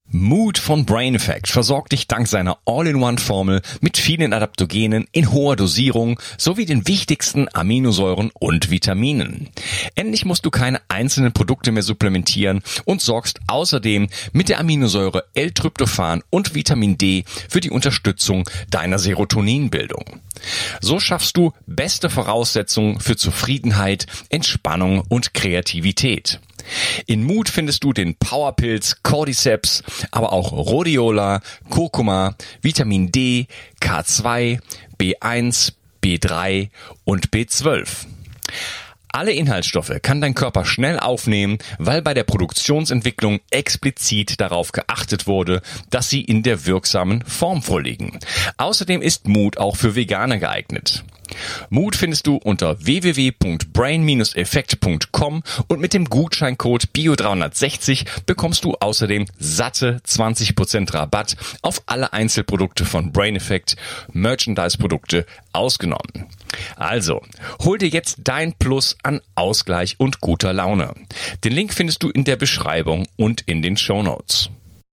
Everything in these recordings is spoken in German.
Mood von Brain Effect versorgt dich dank seiner All-in-One-Formel mit vielen Adaptogenen in hoher Dosierung sowie den wichtigsten Aminosäuren und Vitaminen. Endlich musst du keine einzelnen Produkte mehr supplementieren und sorgst außerdem mit der Aminosäure L-Tryptophan und Vitamin D für die Unterstützung deiner Serotoninbildung. So schaffst du beste Voraussetzungen für Zufriedenheit, Entspannung und Kreativität. In Mood findest du den Powerpilz, Cordyceps, aber auch Rhodiola, Kurkuma, Vitamin D, K2, B1, B3 und B12. Alle Inhaltsstoffe kann dein Körper schnell aufnehmen, weil bei der Produktionsentwicklung explizit darauf geachtet wurde, dass sie in der wirksamen Form vorliegen. Außerdem ist Mood auch für Veganer geeignet. Mood findest du unter www.brain-effekt.com und mit dem Gutscheincode BIO360 bekommst du außerdem satte 20% Rabatt auf alle Einzelprodukte von Brain Effect, Merchandise-Produkte ausgenommen. Also, hol dir jetzt dein Plus an Ausgleich und guter Laune. Den Link findest du in der Beschreibung und in den Shownotes.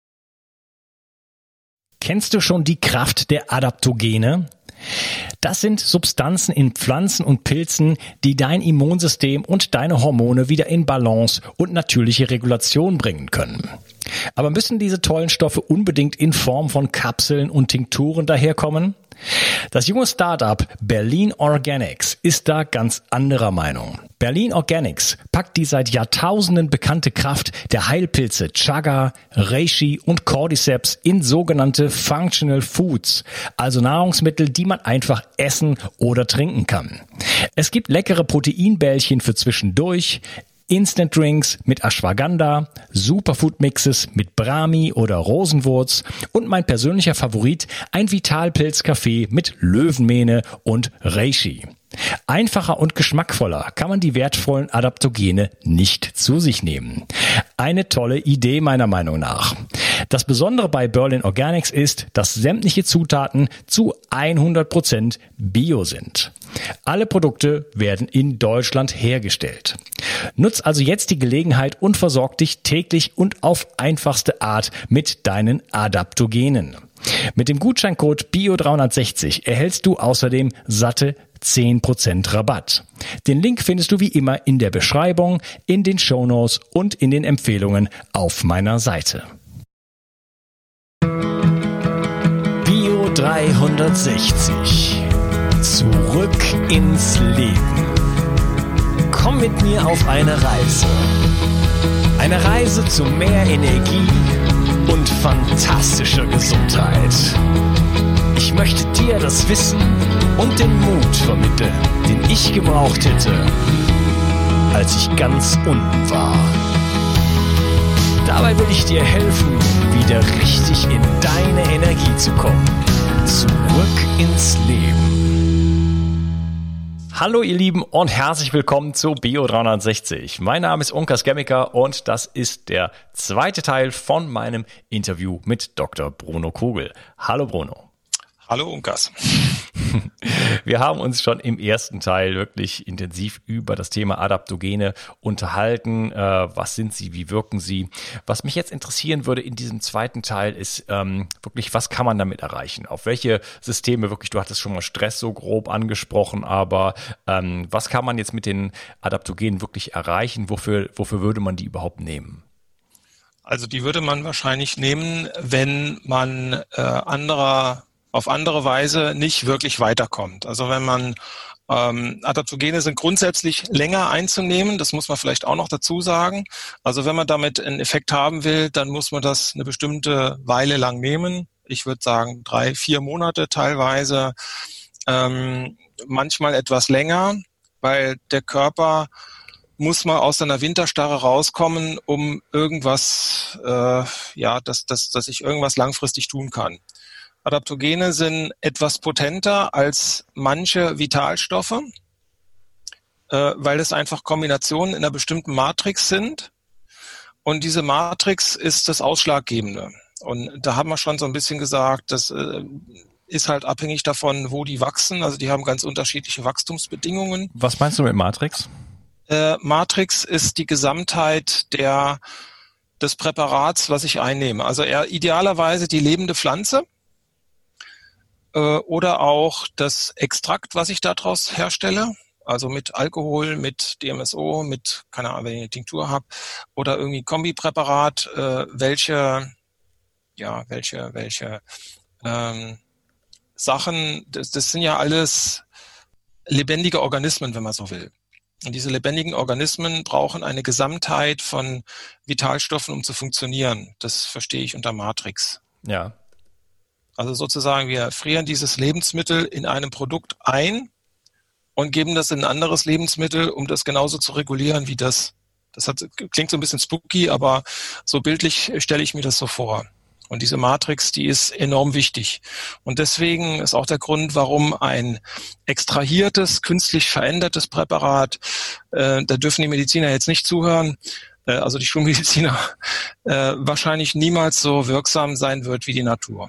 Kennst du schon die Kraft der Adaptogene? Das sind Substanzen in Pflanzen und Pilzen, die dein Immunsystem und deine Hormone wieder in Balance und natürliche Regulation bringen können. Aber müssen diese tollen Stoffe unbedingt in Form von Kapseln und Tinkturen daherkommen? Das junge Startup Berlin Organics ist da ganz anderer Meinung. Berlin Organics packt die seit Jahrtausenden bekannte Kraft der Heilpilze Chaga, Reishi und Cordyceps in sogenannte Functional Foods, also Nahrungsmittel, die man einfach essen oder trinken kann. Es gibt leckere Proteinbällchen für zwischendurch, Instant Drinks mit Ashwagandha, Superfood Mixes mit Brahmi oder Rosenwurz und mein persönlicher Favorit, ein Vitalpilz-Kaffee mit Löwenmähne und Reishi. Einfacher und geschmackvoller kann man die wertvollen Adaptogene nicht zu sich nehmen. Eine tolle Idee meiner Meinung nach. Das Besondere bei Berlin Organics ist, dass sämtliche Zutaten zu 100% Bio sind. Alle Produkte werden in Deutschland hergestellt. Nutz also jetzt die Gelegenheit und versorg dich täglich und auf einfachste Art mit deinen Adaptogenen. Mit dem Gutscheincode BIO360 erhältst du außerdem satte 10% Rabatt. Den Link findest du wie immer in der Beschreibung, in den Shownotes und in den Empfehlungen auf meiner Seite. BIO360. Zurück ins Leben. Komm mit mir auf eine Reise. Eine Reise zu mehr Energie und fantastischer Gesundheit. Ich möchte dir das Wissen und den Mut vermitteln, den ich gebraucht hätte, als ich ganz unten war. Dabei will ich dir helfen, wieder richtig in deine Energie zu kommen. Zurück ins Leben. Hallo ihr Lieben und herzlich willkommen zu BIO360. Mein Name ist Unkas Gemmiker und das ist der zweite Teil von meinem Interview mit Dr. Bruno Kugel. Hallo Bruno. Hallo Unkas. Wir haben uns schon im ersten Teil wirklich intensiv über das Thema Adaptogene unterhalten. Was sind sie? Wie wirken sie? Was mich jetzt interessieren würde in diesem zweiten Teil ist wirklich, was kann man damit erreichen? Auf welche Systeme wirklich, du hattest schon mal Stress so grob angesprochen, aber was kann man jetzt mit den Adaptogenen wirklich erreichen? Wofür würde man die überhaupt nehmen? Also die würde man wahrscheinlich nehmen, wenn man auf andere Weise nicht wirklich weiterkommt. Also wenn man Adaptogene sind grundsätzlich länger einzunehmen, das muss man vielleicht auch noch dazu sagen. Also wenn man damit einen Effekt haben will, dann muss man das eine bestimmte Weile lang nehmen. Ich würde sagen 3-4 Monate teilweise, manchmal etwas länger, weil der Körper muss mal aus seiner Winterstarre rauskommen, um irgendwas, dass ich irgendwas langfristig tun kann. Adaptogene sind etwas potenter als manche Vitalstoffe, weil es einfach Kombinationen in einer bestimmten Matrix sind. Und diese Matrix ist das Ausschlaggebende. Und da haben wir schon so ein bisschen gesagt, das ist halt abhängig davon, wo die wachsen. Also die haben ganz unterschiedliche Wachstumsbedingungen. Was meinst du mit Matrix? Matrix ist die Gesamtheit des Präparats, was ich einnehme. Also idealerweise die lebende Pflanze oder auch das Extrakt, was ich daraus herstelle. Also mit Alkohol, mit DMSO, mit, keine Ahnung, wenn ich eine Tinktur habe, oder irgendwie Kombipräparat, welche Sachen, das sind ja alles lebendige Organismen, wenn man so will. Und diese lebendigen Organismen brauchen eine Gesamtheit von Vitalstoffen, um zu funktionieren. Das verstehe ich unter Matrix. Ja. Also sozusagen, wir frieren dieses Lebensmittel in einem Produkt ein und geben das in ein anderes Lebensmittel, um das genauso zu regulieren wie das. Klingt so ein bisschen spooky, aber so bildlich stelle ich mir das so vor. Und diese Matrix, die ist enorm wichtig. Und deswegen ist auch der Grund, warum ein extrahiertes, künstlich verändertes Präparat, da dürfen die Mediziner jetzt nicht zuhören, also die Schulmediziner, wahrscheinlich niemals so wirksam sein wird wie die Natur.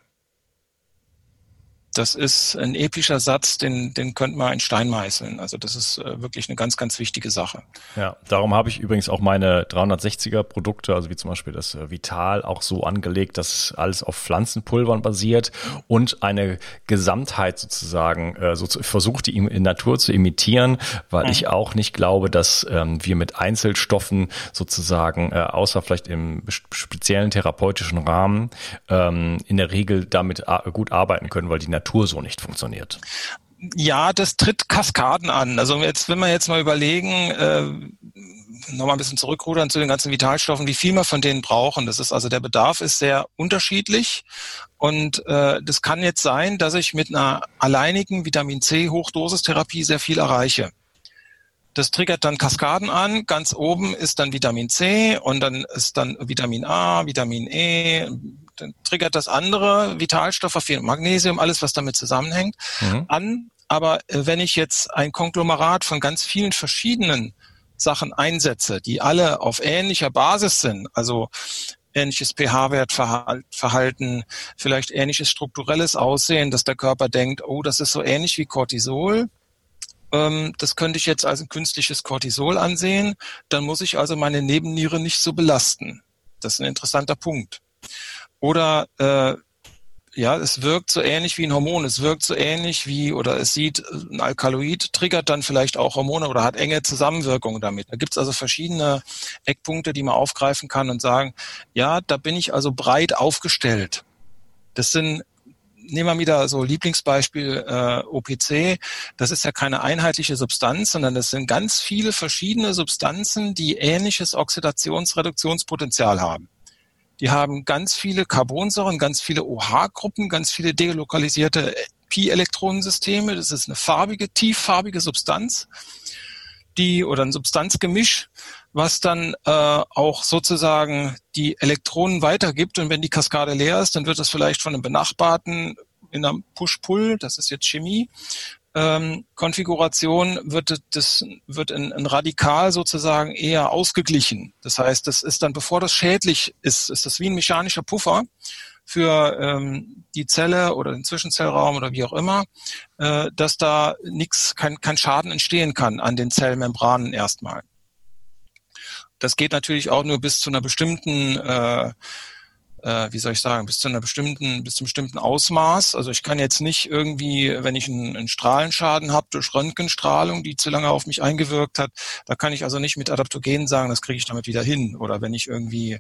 Das ist ein epischer Satz, den könnte man in Stein meißeln. Also das ist wirklich eine ganz, ganz wichtige Sache. Ja, darum habe ich übrigens auch meine 360er Produkte, also wie zum Beispiel das Vital, auch so angelegt, dass alles auf Pflanzenpulvern basiert und eine Gesamtheit sozusagen versucht, die Natur zu imitieren, weil ich auch nicht glaube, dass wir mit Einzelstoffen sozusagen, außer vielleicht im speziellen therapeutischen Rahmen, in der Regel damit gut arbeiten können, weil die Natur so nicht funktioniert. Ja, das tritt Kaskaden an. Also wenn wir jetzt mal überlegen, nochmal ein bisschen zurückrudern zu den ganzen Vitalstoffen, wie viel wir von denen brauchen. Das ist also, der Bedarf ist sehr unterschiedlich und das kann jetzt sein, dass ich mit einer alleinigen Vitamin C Hochdosistherapie sehr viel erreiche. Das triggert dann Kaskaden an. Ganz oben ist dann Vitamin C und dann ist dann Vitamin A, Vitamin E. Dann triggert das andere Vitalstoffe, Magnesium, alles, was damit zusammenhängt, an. Aber wenn ich jetzt ein Konglomerat von ganz vielen verschiedenen Sachen einsetze, die alle auf ähnlicher Basis sind, also ähnliches pH-Wertverhalten, vielleicht ähnliches strukturelles Aussehen, dass der Körper denkt, oh, das ist so ähnlich wie Cortisol, das könnte ich jetzt als ein künstliches Cortisol ansehen, dann muss ich also meine Nebenniere nicht so belasten. Das ist ein interessanter Punkt. Oder es wirkt so ähnlich wie ein Hormon, es wirkt so ähnlich wie, oder es sieht, ein Alkaloid triggert dann vielleicht auch Hormone oder hat enge Zusammenwirkungen damit. Da gibt's also verschiedene Eckpunkte, die man aufgreifen kann und sagen, ja, da bin ich also breit aufgestellt. Das sind, nehmen wir wieder so Lieblingsbeispiel OPC, das ist ja keine einheitliche Substanz, sondern das sind ganz viele verschiedene Substanzen, die ähnliches Oxidationsreduktionspotenzial haben. Die haben ganz viele Carbonsäuren, ganz viele OH-Gruppen, ganz viele delokalisierte Pi-Elektronensysteme. Das ist eine tieffarbige Substanz, oder ein Substanzgemisch, was dann auch sozusagen die Elektronen weitergibt. Und wenn die Kaskade leer ist, dann wird das vielleicht von einem Benachbarten in einer Push-Pull, das ist jetzt Chemie, Konfiguration wird ein Radikal sozusagen eher ausgeglichen. Das heißt, das ist dann, bevor das schädlich ist das wie ein mechanischer Puffer für die Zelle oder den Zwischenzellraum oder wie auch immer, dass da kein Schaden entstehen kann an den Zellmembranen erstmal. Das geht natürlich auch nur bis zu einer bestimmten bis zu einem bestimmten Ausmaß. Also ich kann jetzt nicht irgendwie, wenn ich einen Strahlenschaden habe durch Röntgenstrahlung, die zu lange auf mich eingewirkt hat, da kann ich also nicht mit Adaptogenen sagen, das kriege ich damit wieder hin. Oder wenn ich irgendwie,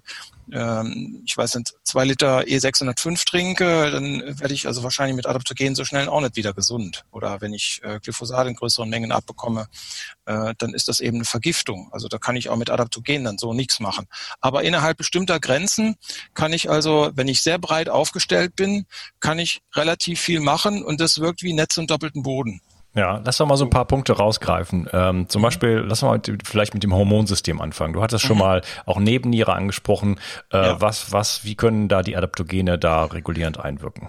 2 Liter E605 trinke, dann werde ich also wahrscheinlich mit Adaptogenen so schnell auch nicht wieder gesund. Oder wenn ich Glyphosat in größeren Mengen abbekomme, dann ist das eben eine Vergiftung. Also da kann ich auch mit Adaptogenen dann so nichts machen. Aber innerhalb bestimmter Grenzen kann ich also, wenn ich sehr breit aufgestellt bin, kann ich relativ viel machen und das wirkt wie Netz und doppelten Boden. Ja, lass doch mal so ein paar Punkte rausgreifen. Zum Beispiel, lass mal vielleicht mit dem Hormonsystem anfangen. Du hattest schon mal auch Nebenniere angesprochen. Wie können da die Adaptogene da regulierend einwirken?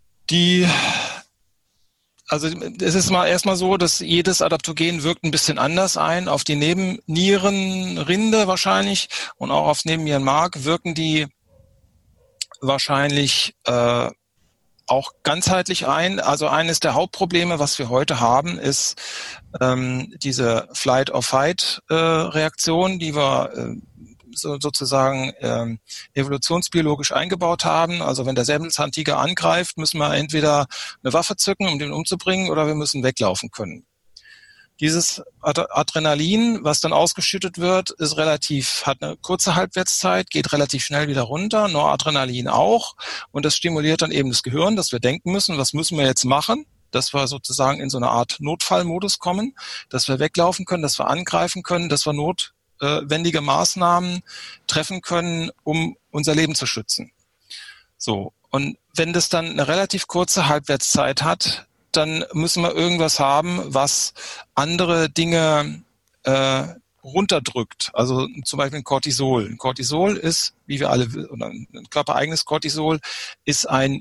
Also es ist erstmal so, dass jedes Adaptogen wirkt ein bisschen anders ein. Auf die Nebennierenrinde wahrscheinlich und auch aufs Nebennierenmark wirken die wahrscheinlich auch ganzheitlich ein. Also eines der Hauptprobleme, was wir heute haben, ist diese Flight-or-Fight-Reaktion, die wir sozusagen evolutionsbiologisch eingebaut haben. Also wenn der Säbelzahntiger angreift, müssen wir entweder eine Waffe zücken, um den umzubringen, oder wir müssen weglaufen können. Dieses Adrenalin, was dann ausgeschüttet wird, hat eine kurze Halbwertszeit, geht relativ schnell wieder runter, Noradrenalin auch. Und das stimuliert dann eben das Gehirn, dass wir denken müssen, was müssen wir jetzt machen, dass wir sozusagen in so eine Art Notfallmodus kommen, dass wir weglaufen können, dass wir angreifen können, dass wir notwendige Maßnahmen treffen können, um unser Leben zu schützen. So. Und wenn das dann eine relativ kurze Halbwertszeit hat, dann müssen wir irgendwas haben, was andere Dinge runterdrückt. Also zum Beispiel ein Cortisol. Ein Cortisol ist, wie wir alle wissen, oder ein körpereigenes Cortisol ist ein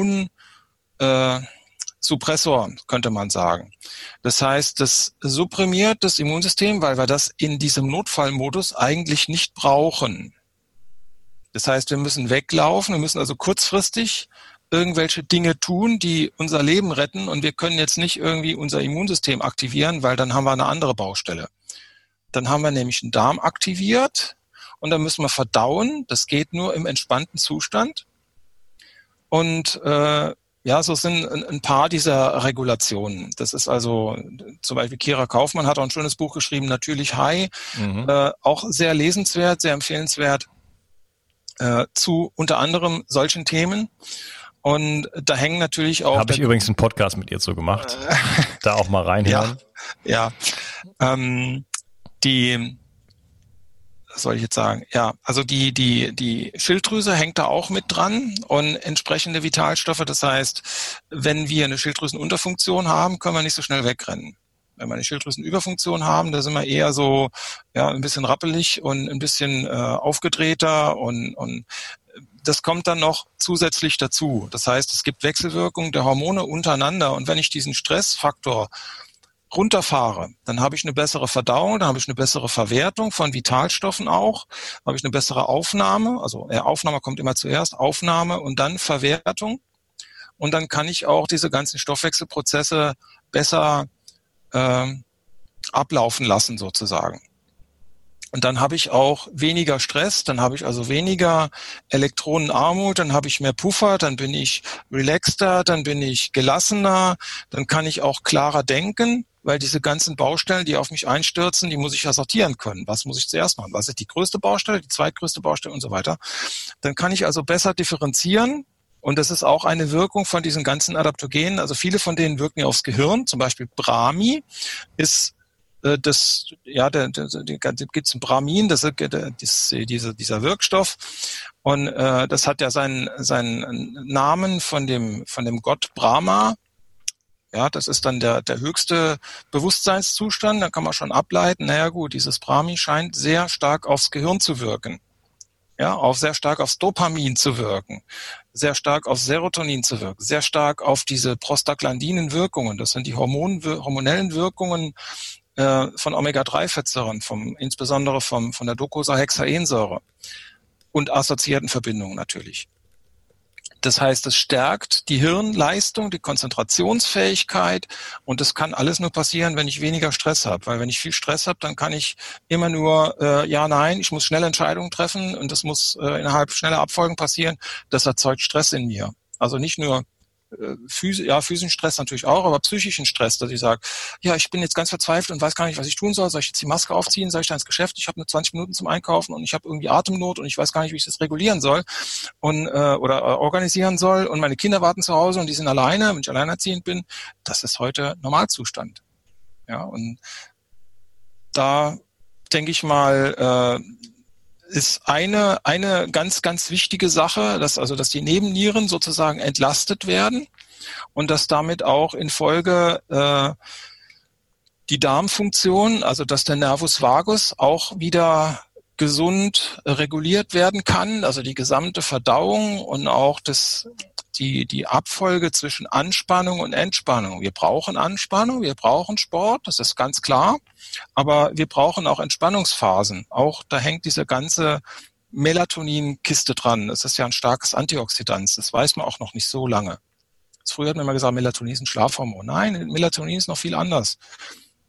Immunsuppressor, könnte man sagen. Das heißt, das supprimiert das Immunsystem, weil wir das in diesem Notfallmodus eigentlich nicht brauchen. Das heißt, wir müssen weglaufen, wir müssen also kurzfristig irgendwelche Dinge tun, die unser Leben retten, und wir können jetzt nicht irgendwie unser Immunsystem aktivieren, weil dann haben wir eine andere Baustelle. Dann haben wir nämlich den Darm aktiviert und dann müssen wir verdauen. Das geht nur im entspannten Zustand. Und so sind ein paar dieser Regulationen. Das ist also zum Beispiel Kira Kaufmann hat auch ein schönes Buch geschrieben, Natürlich High, auch sehr lesenswert, sehr empfehlenswert zu unter anderem solchen Themen. Und da hängen natürlich auch... Habe ich übrigens einen Podcast mit ihr so gemacht. Da auch mal reinhören. Ja. Was soll ich jetzt sagen? Ja, also die Schilddrüse hängt da auch mit dran und entsprechende Vitalstoffe. Das heißt, wenn wir eine Schilddrüsenunterfunktion haben, können wir nicht so schnell wegrennen. Wenn wir eine Schilddrüsenüberfunktion haben, da sind wir eher so ein bisschen rappelig und ein bisschen aufgedrehter und das kommt dann noch zusätzlich dazu. Das heißt, es gibt Wechselwirkungen der Hormone untereinander, und wenn ich diesen Stressfaktor runterfahre, dann habe ich eine bessere Verdauung, dann habe ich eine bessere Verwertung von Vitalstoffen auch, habe ich eine bessere Aufnahme, also Aufnahme kommt immer zuerst, Aufnahme und dann Verwertung, und dann kann ich auch diese ganzen Stoffwechselprozesse besser ablaufen lassen sozusagen. Und dann habe ich auch weniger Stress, dann habe ich also weniger Elektronenarmut, dann habe ich mehr Puffer, dann bin ich relaxter, dann bin ich gelassener, dann kann ich auch klarer denken, weil diese ganzen Baustellen, die auf mich einstürzen, die muss ich ja sortieren können. Was muss ich zuerst machen? Was ist die größte Baustelle, die zweitgrößte Baustelle und so weiter? Dann kann ich also besser differenzieren. Und das ist auch eine Wirkung von diesen ganzen Adaptogenen. Also viele von denen wirken ja aufs Gehirn. Zum Beispiel Brahmi ist gibt's ein Brahmin, dieser Wirkstoff, und das hat ja seinen Namen von dem Gott Brahma. Ja, das ist dann der höchste Bewusstseinszustand. Da kann man schon ableiten, naja gut, dieses Brahmi scheint sehr stark aufs Gehirn zu wirken. Ja, sehr stark aufs Dopamin zu wirken, sehr stark auf Serotonin zu wirken, sehr stark auf diese Prostaglandinen-Wirkungen. Das sind die hormonellen Wirkungen von Omega-3-Fettsäuren, insbesondere von der Docosahexaensäure und assoziierten Verbindungen natürlich. Das heißt, es stärkt die Hirnleistung, die Konzentrationsfähigkeit, und das kann alles nur passieren, wenn ich weniger Stress habe. Weil wenn ich viel Stress habe, dann kann ich immer nur ich muss schnelle Entscheidungen treffen und das muss innerhalb schneller Abfolgen passieren. Das erzeugt Stress in mir. Also nicht nur physischen Stress natürlich auch, aber psychischen Stress, dass ich sage, ja, ich bin jetzt ganz verzweifelt und weiß gar nicht, was ich tun soll. Soll ich jetzt die Maske aufziehen? Soll ich da ins Geschäft? Ich habe nur 20 Minuten zum Einkaufen und ich habe irgendwie Atemnot und ich weiß gar nicht, wie ich das regulieren soll und oder organisieren soll, und meine Kinder warten zu Hause und die sind alleine, wenn ich alleinerziehend bin. Das ist heute Normalzustand. Ja, und da denke ich mal, ist eine ganz, ganz wichtige Sache, dass die Nebennieren sozusagen entlastet werden und dass damit auch in Folge die Darmfunktion, also dass der Nervus vagus auch wieder gesund reguliert werden kann, also die gesamte Verdauung und auch die Abfolge zwischen Anspannung und Entspannung. Wir brauchen Anspannung, wir brauchen Sport, das ist ganz klar, aber wir brauchen auch Entspannungsphasen. Auch da hängt diese ganze Melatonin-Kiste dran. Es ist ja ein starkes Antioxidant, das weiß man auch noch nicht so lange. Früher hat man immer gesagt, Melatonin ist ein Schlafhormon. Nein, Melatonin ist noch viel anders.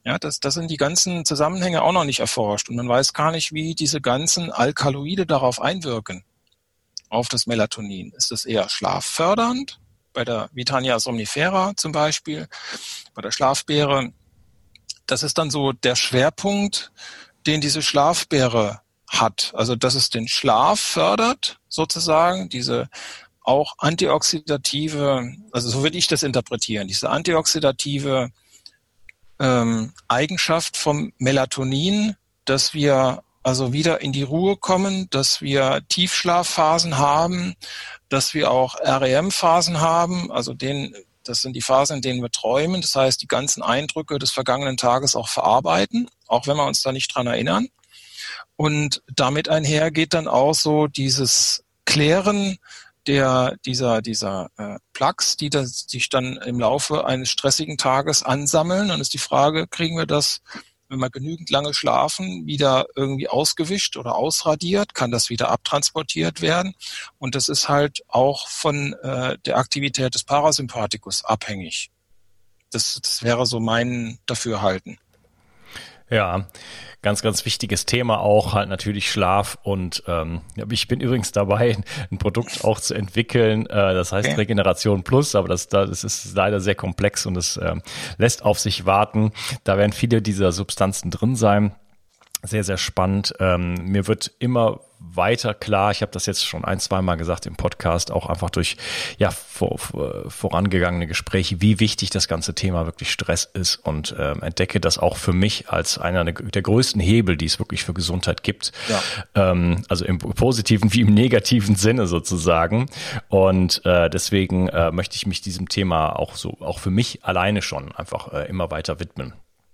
Ja, das sind die ganzen Zusammenhänge auch noch nicht erforscht und man weiß gar nicht, wie diese ganzen Alkaloide darauf einwirken, auf das Melatonin. Ist das eher schlaffördernd? Bei der Vitania somnifera zum Beispiel, bei der Schlafbeere. Das ist dann so der Schwerpunkt, den diese Schlafbeere hat. Also, dass es den Schlaf fördert, sozusagen, diese auch antioxidative, also so würde ich das interpretieren, diese antioxidative Eigenschaft vom Melatonin, dass wir also wieder in die Ruhe kommen, dass wir Tiefschlafphasen haben, dass wir auch REM-Phasen haben, also das sind die Phasen, in denen wir träumen, das heißt, die ganzen Eindrücke des vergangenen Tages auch verarbeiten, auch wenn wir uns da nicht dran erinnern. Und damit einher geht dann auch so dieses Klären dieser Plaques, die sich dann im Laufe eines stressigen Tages ansammeln. Dann ist die Frage, kriegen wir das, wenn wir genügend lange schlafen, wieder irgendwie ausgewischt oder ausradiert? Kann das wieder abtransportiert werden? Und das ist halt auch von der Aktivität des Parasympathikus abhängig. Das wäre so mein Dafürhalten. Ja, ganz, ganz wichtiges Thema auch, halt natürlich Schlaf und ich bin übrigens dabei, ein Produkt auch zu entwickeln, das heißt Regeneration Plus, aber das ist leider sehr komplex und das lässt auf sich warten. Da werden viele dieser Substanzen drin sein. Sehr, sehr spannend. Mir wird immer weiter klar, ich habe das jetzt schon 1-2 Mal gesagt im Podcast, auch einfach durch vorangegangene Gespräche, wie wichtig das ganze Thema wirklich Stress ist und entdecke das auch für mich als einer der größten Hebel, die es wirklich für Gesundheit gibt. Ja. Also im positiven wie im negativen Sinne sozusagen. Und deswegen möchte ich mich diesem Thema auch für mich alleine schon einfach immer weiter widmen.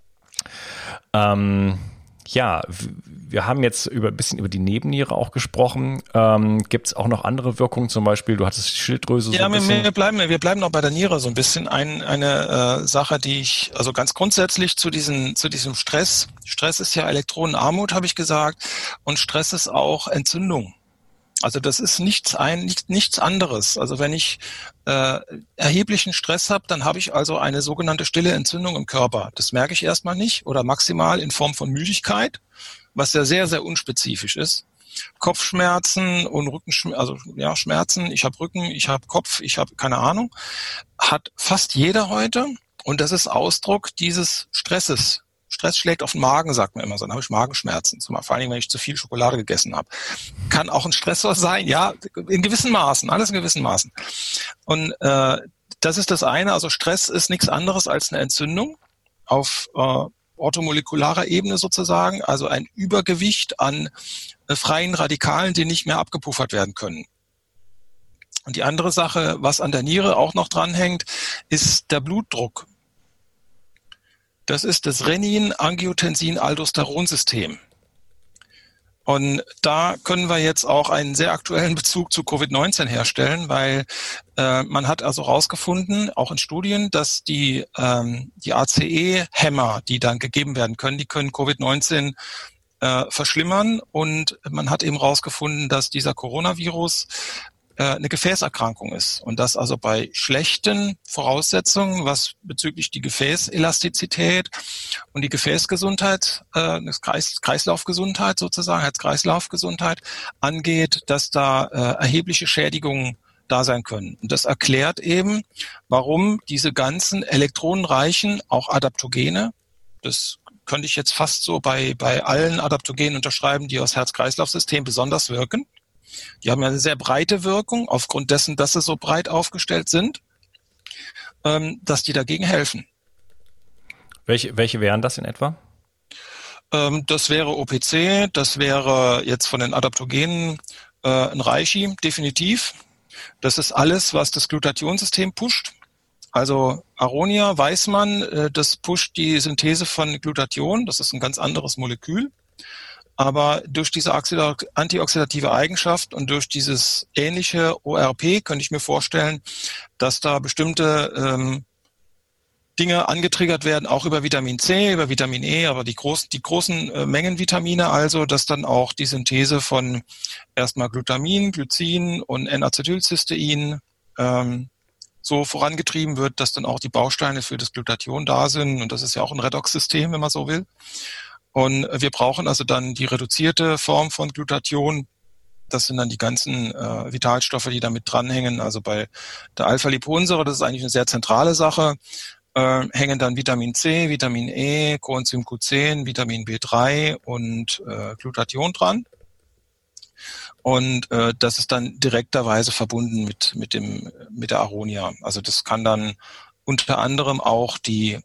Ja, wir haben jetzt ein bisschen über die Nebenniere auch gesprochen. Gibt es auch noch andere Wirkungen? Zum Beispiel, du hattest die Schilddrüse so ein bisschen. Wir bleiben noch bei der Niere so ein bisschen. Eine Sache, die ich, also ganz grundsätzlich zu diesem Stress. Stress ist ja Elektronenarmut, habe ich gesagt. Und Stress ist auch Entzündung. Also das ist nichts anderes. Also wenn ich erheblichen Stress habe, dann habe ich also eine sogenannte stille Entzündung im Körper. Das merke ich erstmal nicht oder maximal in Form von Müdigkeit, was ja sehr, sehr unspezifisch ist. Kopfschmerzen und Rückenschmerzen, also ja, Schmerzen, ich habe Rücken, ich habe Kopf, ich habe keine Ahnung, hat fast jeder heute und das ist Ausdruck dieses Stresses. Stress schlägt auf den Magen, sagt man immer so. Dann habe ich Magenschmerzen, vor allen Dingen, wenn ich zu viel Schokolade gegessen habe. Kann auch ein Stressor sein, ja, in gewissen Maßen, alles in gewissen Maßen. Und das ist das eine, also Stress ist nichts anderes als eine Entzündung auf orthomolekularer Ebene sozusagen, also ein Übergewicht an freien Radikalen, die nicht mehr abgepuffert werden können. Und die andere Sache, was an der Niere auch noch dranhängt, ist der Blutdruck. Das ist das Renin-Angiotensin-Aldosteron-System. Und da können wir jetzt auch einen sehr aktuellen Bezug zu Covid-19 herstellen, weil man hat also herausgefunden, auch in Studien, dass die ACE-Hämmer, die dann gegeben werden können, die können Covid-19 verschlimmern. Und man hat eben herausgefunden, dass dieser Coronavirus eine Gefäßerkrankung ist und dass also bei schlechten Voraussetzungen, was bezüglich die Gefäßelastizität und die Gefäßgesundheit, Kreislaufgesundheit sozusagen, Herz-Kreislauf-Gesundheit angeht, dass da erhebliche Schädigungen da sein können. Und das erklärt eben, warum diese ganzen elektronenreichen, auch Adaptogene, das könnte ich jetzt fast so bei allen Adaptogenen unterschreiben, die aus Herz-Kreislauf-System besonders wirken. Die haben ja eine sehr breite Wirkung, aufgrund dessen, dass sie so breit aufgestellt sind, dass die dagegen helfen. Welche wären das in etwa? Das wäre OPC, das wäre jetzt von den Adaptogenen ein Reishi, definitiv. Das ist alles, was das Glutationsystem pusht. Also Aronia weiß man, das pusht die Synthese von Glutathion, das ist ein ganz anderes Molekül. Aber durch diese antioxidative Eigenschaft und durch dieses ähnliche ORP könnte ich mir vorstellen, dass da bestimmte Dinge angetriggert werden, auch über Vitamin C, über Vitamin E, aber die großen Mengen Vitamine also, dass dann auch die Synthese von erstmal Glutamin, Glycin und N-Acetylcystein so vorangetrieben wird, dass dann auch die Bausteine für das Glutathion da sind. Und das ist ja auch ein Redox-System, wenn man so will. Und wir brauchen also dann die reduzierte Form von Glutathion. Das sind dann die ganzen Vitalstoffe, die damit dranhängen. Also bei der Alpha-Liponsäure, das ist eigentlich eine sehr zentrale Sache, hängen dann Vitamin C, Vitamin E, Coenzym Q10, Vitamin B3 und Glutathion dran. Und das ist dann direkterweise verbunden mit der Aronia. Also das kann dann unter anderem auch die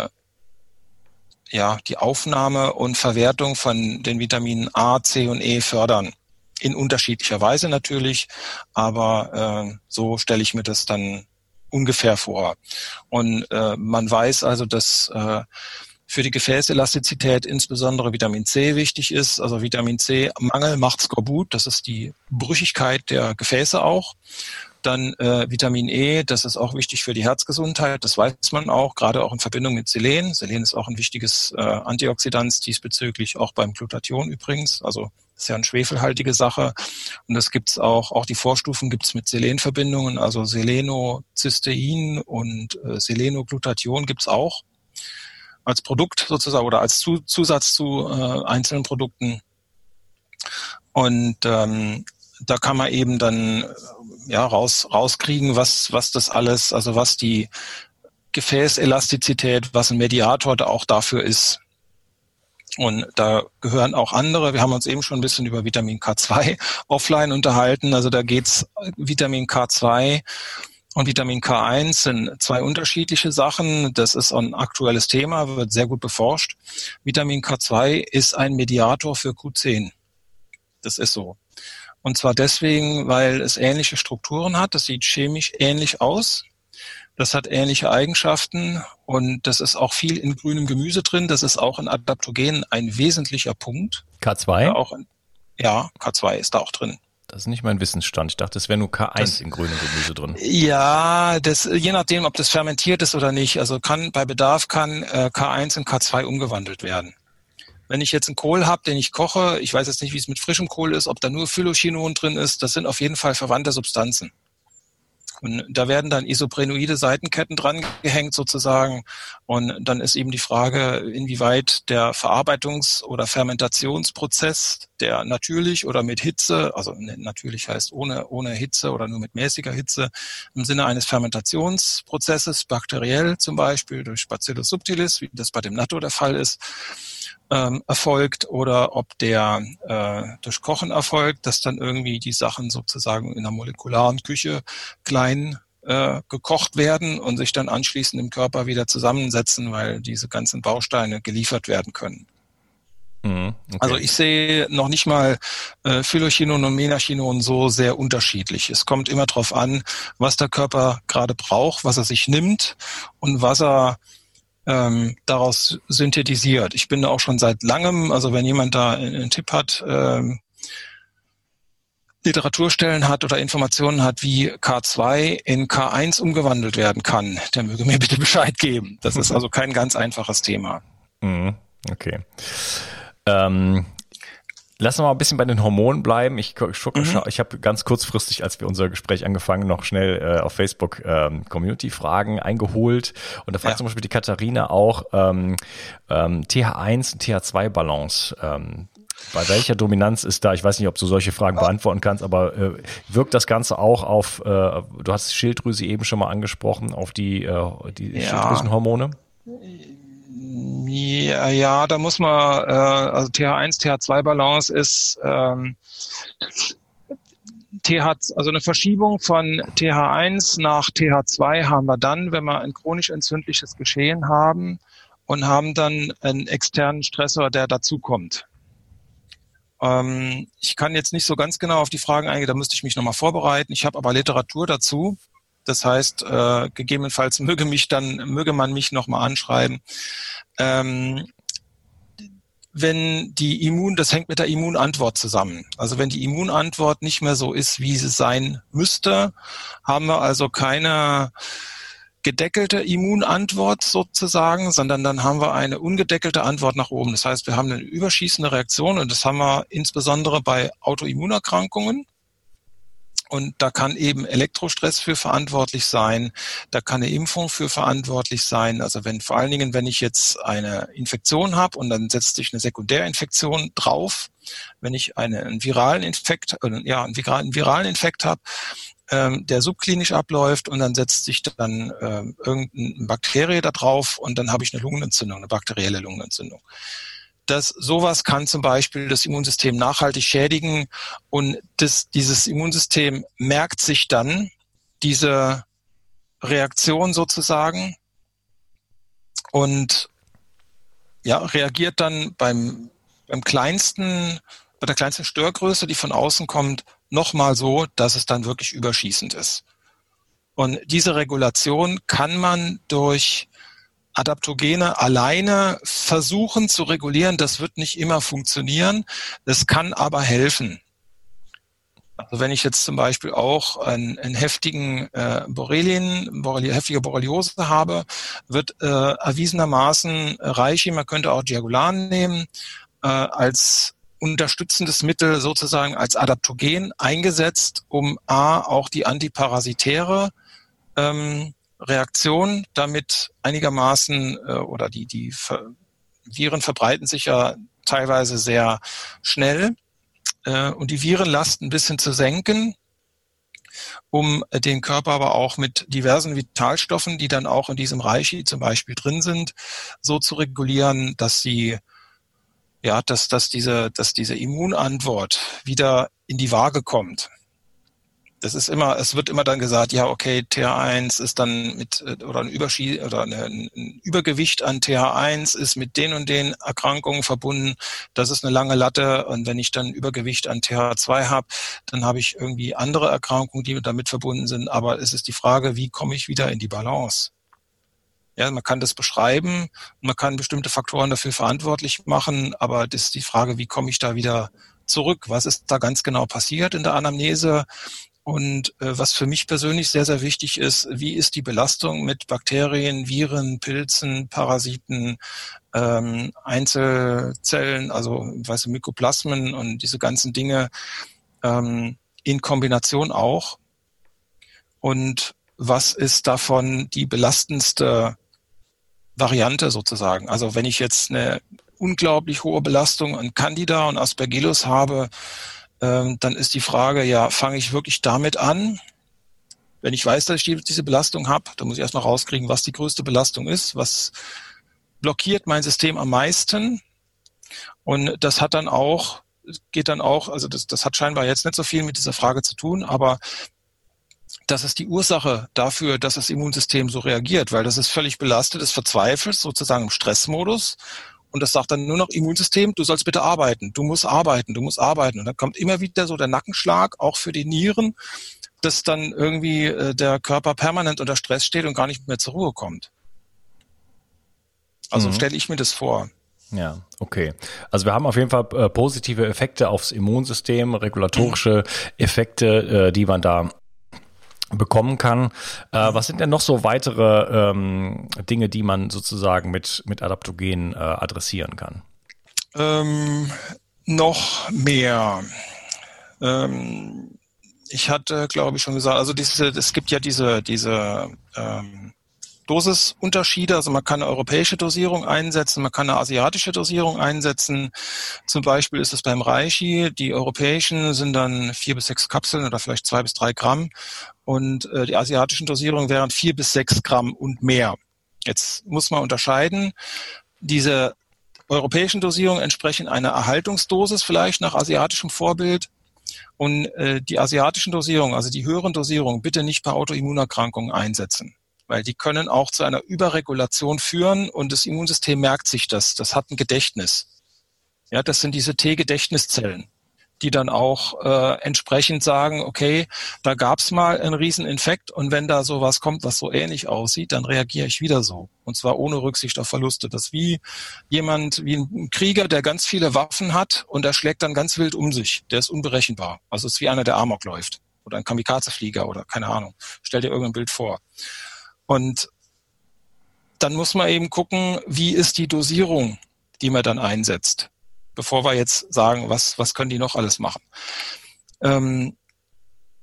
Aufnahme und Verwertung von den Vitaminen A, C und E fördern. In unterschiedlicher Weise natürlich, aber so stelle ich mir das dann ungefähr vor. Und man weiß also, dass für die Gefäßelastizität insbesondere Vitamin C wichtig ist. Also Vitamin C-Mangel macht Skorbut, das ist die Brüchigkeit der Gefäße auch. Dann Vitamin E, das ist auch wichtig für die Herzgesundheit, das weiß man auch, gerade auch in Verbindung mit Selen. Selen ist auch ein wichtiges Antioxidant diesbezüglich, auch beim Glutathion übrigens. Also das ist ja eine schwefelhaltige Sache. Und das gibt's auch die Vorstufen gibt's mit Selenverbindungen, also Selenocystein und Selenoglutathion gibt's auch als Produkt sozusagen oder als Zusatz zu einzelnen Produkten. Und da kann man eben dann rauskriegen, was das alles, also was die Gefäßelastizität, was ein Mediator da auch dafür ist. Und da gehören auch andere. Wir haben uns eben schon ein bisschen über Vitamin K2 offline unterhalten. Also da geht's Vitamin K2 und Vitamin K1 sind zwei unterschiedliche Sachen. Das ist ein aktuelles Thema, wird sehr gut beforscht. Vitamin K2 ist ein Mediator für Q10. Das ist so. Und zwar deswegen, weil es ähnliche Strukturen hat. Das sieht chemisch ähnlich aus. Das hat ähnliche Eigenschaften und das ist auch viel in grünem Gemüse drin. Das ist auch in Adaptogenen ein wesentlicher Punkt. K2? K2 ist da auch drin. Das ist nicht mein Wissensstand. Ich dachte, es wäre nur K1 in grünem Gemüse drin. Ja, je nachdem, ob das fermentiert ist oder nicht. Also bei Bedarf kann K1 in K2 umgewandelt werden. Wenn ich jetzt einen Kohl habe, den ich koche, ich weiß jetzt nicht, wie es mit frischem Kohl ist, ob da nur Phylochinon drin ist, das sind auf jeden Fall verwandte Substanzen. Und da werden dann isoprenoide Seitenketten dran gehängt sozusagen. Und dann ist eben die Frage, inwieweit der Verarbeitungs- oder Fermentationsprozess, der natürlich oder mit Hitze, also natürlich heißt ohne Hitze oder nur mit mäßiger Hitze, im Sinne eines Fermentationsprozesses, bakteriell zum Beispiel durch Bacillus subtilis, wie das bei dem Natto der Fall ist, erfolgt oder ob der durch Kochen erfolgt, dass dann irgendwie die Sachen sozusagen in der molekularen Küche klein gekocht werden und sich dann anschließend im Körper wieder zusammensetzen, weil diese ganzen Bausteine geliefert werden können. Okay. Also ich sehe noch nicht mal Phylochinon und Menachinon so sehr unterschiedlich. Es kommt immer darauf an, was der Körper gerade braucht, was er sich nimmt und was er daraus synthetisiert. Ich bin da auch schon seit langem, also wenn jemand da einen Tipp hat, Literaturstellen hat oder Informationen hat, wie K2 in K1 umgewandelt werden kann, der möge mir bitte Bescheid geben. Das ist also kein ganz einfaches Thema. Okay. Lass uns mal ein bisschen bei den Hormonen bleiben. Ich habe ganz kurzfristig, als wir unser Gespräch angefangen, noch schnell auf Facebook Community-Fragen eingeholt. Und da fragt zum Beispiel die Katharina auch TH1 und TH2-Balance. Bei welcher Dominanz ist da? Ich weiß nicht, ob du solche Fragen beantworten kannst, aber wirkt das Ganze auch auf, du hast die Schilddrüse eben schon mal angesprochen, auf die Schilddrüsenhormone? Ja, da muss man, also TH1, TH2-Balance ist also eine Verschiebung von TH1 nach TH2 haben wir dann, wenn wir ein chronisch entzündliches Geschehen haben und haben dann einen externen Stressor, der dazukommt. Ich kann jetzt nicht so ganz genau auf die Fragen eingehen, da müsste ich mich nochmal vorbereiten. Ich habe aber Literatur dazu. Das heißt, gegebenenfalls möge man mich nochmal anschreiben. Wenn das hängt mit der Immunantwort zusammen. Also wenn die Immunantwort nicht mehr so ist, wie sie sein müsste, haben wir also keine gedeckelte Immunantwort sozusagen, sondern dann haben wir eine ungedeckelte Antwort nach oben. Das heißt, wir haben eine überschießende Reaktion und das haben wir insbesondere bei Autoimmunerkrankungen. Und da kann eben Elektrostress für verantwortlich sein, da kann eine Impfung für verantwortlich sein. Also vor allen Dingen, wenn ich jetzt eine Infektion habe und dann setzt sich eine Sekundärinfektion drauf, wenn ich einen viralen Infekt habe, der subklinisch abläuft und dann setzt sich dann irgendeine Bakterie da drauf und dann habe ich eine Lungenentzündung, eine bakterielle Lungenentzündung. Sowas kann zum Beispiel das Immunsystem nachhaltig schädigen und dieses Immunsystem merkt sich dann diese Reaktion sozusagen und reagiert dann bei der kleinsten Störgröße, die von außen kommt, nochmal so, dass es dann wirklich überschießend ist. Und diese Regulation kann man durch Adaptogene alleine versuchen zu regulieren. Das wird nicht immer funktionieren. Das kann aber helfen. Also wenn ich jetzt zum Beispiel auch einen heftige Borreliose habe, wird erwiesenermaßen Reishi, man könnte auch Diagulan nehmen, als unterstützendes Mittel sozusagen als Adaptogen eingesetzt, um auch die antiparasitäre Reaktion damit einigermaßen oder die Viren verbreiten sich ja teilweise sehr schnell und die Virenlast ein bisschen zu senken, um den Körper aber auch mit diversen Vitalstoffen, die dann auch in diesem Reishi zum Beispiel drin sind, so zu regulieren, dass diese Immunantwort wieder in die Waage kommt. Es wird immer dann gesagt, ja, okay, TH1 ist dann ein Übergewicht an TH1 ist mit den und den Erkrankungen verbunden. Das ist eine lange Latte. Und wenn ich dann Übergewicht an TH2 habe, dann habe ich irgendwie andere Erkrankungen, die damit verbunden sind. Aber es ist die Frage, wie komme ich wieder in die Balance? Ja, man kann das beschreiben, man kann bestimmte Faktoren dafür verantwortlich machen, aber das ist die Frage, wie komme ich da wieder zurück? Was ist da ganz genau passiert in der Anamnese? Und was für mich persönlich sehr, sehr wichtig ist, wie ist die Belastung mit Bakterien, Viren, Pilzen, Parasiten, Einzelzellen, also Mykoplasmen und diese ganzen Dinge in Kombination auch. Und was ist davon die belastendste Variante sozusagen? Also wenn ich jetzt eine unglaublich hohe Belastung an Candida und Aspergillus habe, dann ist die Frage, fange ich wirklich damit an? Wenn ich weiß, dass ich diese Belastung habe, dann muss ich erstmal rauskriegen, was die größte Belastung ist, was blockiert mein System am meisten. Und das hat das hat scheinbar jetzt nicht so viel mit dieser Frage zu tun, aber das ist die Ursache dafür, dass das Immunsystem so reagiert, weil das ist völlig belastet, ist verzweifelt, sozusagen im Stressmodus. Und das sagt dann nur noch Immunsystem, du sollst bitte arbeiten, du musst arbeiten. Und dann kommt immer wieder so der Nackenschlag, auch für die Nieren, dass dann irgendwie der Körper permanent unter Stress steht und gar nicht mehr zur Ruhe kommt. Also stelle ich mir das vor. Ja, okay. Also wir haben auf jeden Fall positive Effekte aufs Immunsystem, regulatorische Effekte, die man da bekommen kann. Was sind denn noch so weitere Dinge, die man sozusagen mit Adaptogenen adressieren kann? Noch mehr. Ich hatte, glaube ich, schon gesagt, also es gibt ja diese Dosisunterschiede, also man kann eine europäische Dosierung einsetzen, man kann eine asiatische Dosierung einsetzen. Zum Beispiel ist es beim Reishi, die europäischen sind dann 4 bis 6 Kapseln oder vielleicht 2 bis 3 Gramm und die asiatischen Dosierungen wären 4 bis 6 Gramm und mehr. Jetzt muss man unterscheiden, diese europäischen Dosierungen entsprechen einer Erhaltungsdosis vielleicht nach asiatischem Vorbild. Und die asiatischen Dosierungen, also die höheren Dosierungen, bitte nicht bei Autoimmunerkrankungen einsetzen. Weil die können auch zu einer Überregulation führen und das Immunsystem merkt sich das. Das hat ein Gedächtnis. Ja, das sind diese T-Gedächtniszellen, die dann auch entsprechend sagen, okay, da gab's mal einen Rieseninfekt und wenn da sowas kommt, was so ähnlich aussieht, dann reagiere ich wieder so. Und zwar ohne Rücksicht auf Verluste. Das ist wie ein Krieger, der ganz viele Waffen hat und der schlägt dann ganz wild um sich. Der ist unberechenbar. Also es ist wie einer, der Amok läuft. Oder ein Kamikaze-Flieger oder keine Ahnung. Stell dir irgendein Bild vor. Und dann muss man eben gucken, wie ist die Dosierung, die man dann einsetzt, bevor wir jetzt sagen, was können die noch alles machen.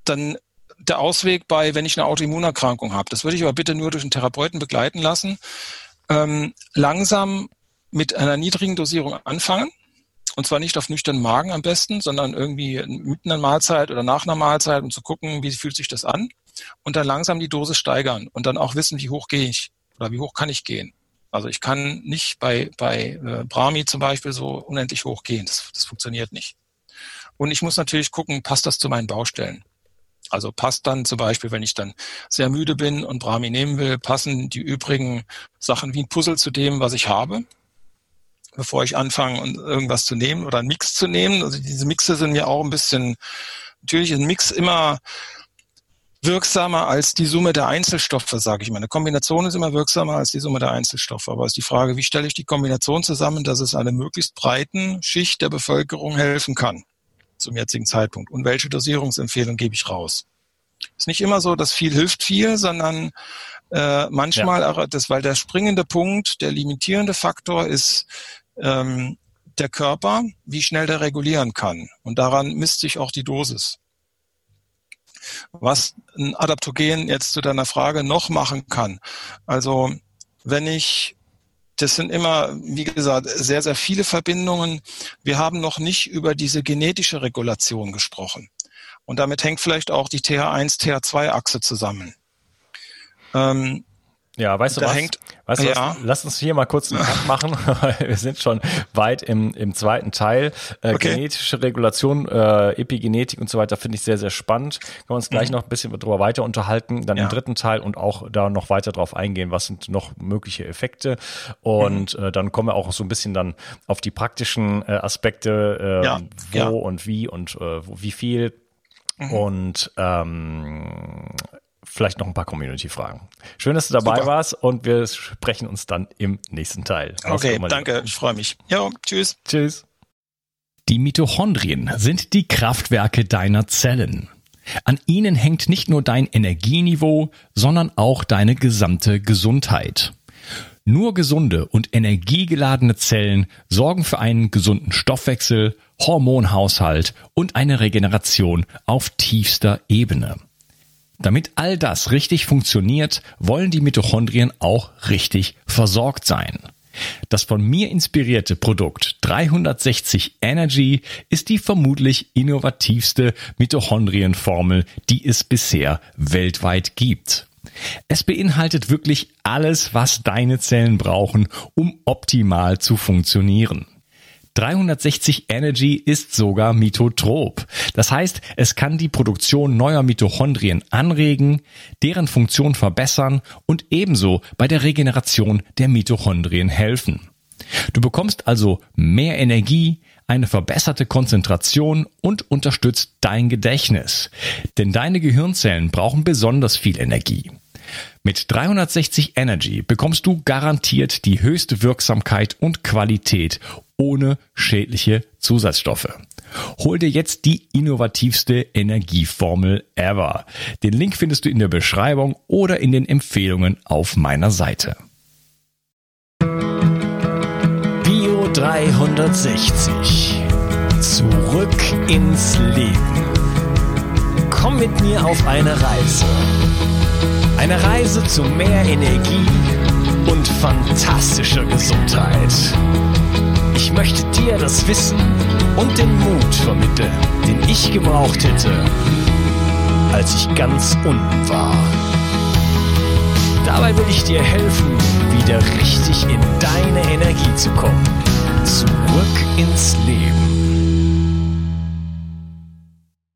dann der Ausweg wenn ich eine Autoimmunerkrankung habe, das würde ich aber bitte nur durch einen Therapeuten begleiten lassen, langsam mit einer niedrigen Dosierung anfangen. Und zwar nicht auf nüchternen Magen am besten, sondern irgendwie mit einer Mahlzeit oder nach einer Mahlzeit, um zu gucken, wie fühlt sich das an. Und dann langsam die Dosis steigern und dann auch wissen, wie hoch gehe ich oder wie hoch kann ich gehen. Also ich kann nicht bei Brahmi zum Beispiel so unendlich hoch gehen. Das funktioniert nicht. Und ich muss natürlich gucken, passt das zu meinen Baustellen? Also passt dann zum Beispiel, wenn ich dann sehr müde bin und Brahmi nehmen will, passen die übrigen Sachen wie ein Puzzle zu dem, was ich habe, bevor ich anfange, irgendwas zu nehmen oder einen Mix zu nehmen. Also diese Mixe sind mir auch ein bisschen, natürlich ist ein Mix immer wirksamer als die Summe der Einzelstoffe, sage ich mal. Eine Kombination ist immer wirksamer als die Summe der Einzelstoffe. Aber es ist die Frage, wie stelle ich die Kombination zusammen, dass es einer möglichst breiten Schicht der Bevölkerung helfen kann zum jetzigen Zeitpunkt. Und welche Dosierungsempfehlung gebe ich raus? Ist nicht immer so, dass viel hilft viel, sondern manchmal, weil der springende Punkt, der limitierende Faktor ist der Körper, wie schnell der regulieren kann. Und daran misst sich auch die Dosis. Was ein Adaptogen jetzt zu deiner Frage noch machen kann. Also das sind immer, wie gesagt, sehr, sehr viele Verbindungen. Wir haben noch nicht über diese genetische Regulation gesprochen. Und damit hängt vielleicht auch die TH1, TH2-Achse zusammen. Ja, weißt du was? Lass uns hier mal kurz einen Cut machen, weil wir sind schon weit im zweiten Teil. Okay. Genetische Regulation, Epigenetik und so weiter finde ich sehr, sehr spannend. Können wir uns gleich noch ein bisschen darüber weiter unterhalten, dann im dritten Teil und auch da noch weiter drauf eingehen, was sind noch mögliche Effekte. Und dann kommen wir auch so ein bisschen dann auf die praktischen Aspekte, und wie und wie viel. Und vielleicht noch ein paar Community-Fragen. Schön, dass du dabei warst und wir sprechen uns dann im nächsten Teil. Okay, danke, ich freue mich. Ja, tschüss. Tschüss. Die Mitochondrien sind die Kraftwerke deiner Zellen. An ihnen hängt nicht nur dein Energieniveau, sondern auch deine gesamte Gesundheit. Nur gesunde und energiegeladene Zellen sorgen für einen gesunden Stoffwechsel, Hormonhaushalt und eine Regeneration auf tiefster Ebene. Damit all das richtig funktioniert, wollen die Mitochondrien auch richtig versorgt sein. Das von mir inspirierte Produkt 360 Energy ist die vermutlich innovativste Mitochondrienformel, die es bisher weltweit gibt. Es beinhaltet wirklich alles, was deine Zellen brauchen, um optimal zu funktionieren. 360 Energy ist sogar mitotrop. Das heißt, es kann die Produktion neuer Mitochondrien anregen, deren Funktion verbessern und ebenso bei der Regeneration der Mitochondrien helfen. Du bekommst also mehr Energie, eine verbesserte Konzentration und unterstützt dein Gedächtnis. Denn deine Gehirnzellen brauchen besonders viel Energie. Mit 360 Energy bekommst du garantiert die höchste Wirksamkeit und Qualität ohne schädliche Zusatzstoffe. Hol dir jetzt die innovativste Energieformel ever. Den Link findest du in der Beschreibung oder in den Empfehlungen auf meiner Seite. Bio 360. Zurück ins Leben. Komm mit mir auf eine Reise. Eine Reise zu mehr Energie und fantastischer Gesundheit. Ich möchte dir das Wissen und den Mut vermitteln, den ich gebraucht hätte, als ich ganz unten war. Dabei will ich dir helfen, wieder richtig in deine Energie zu kommen. Zurück ins Leben.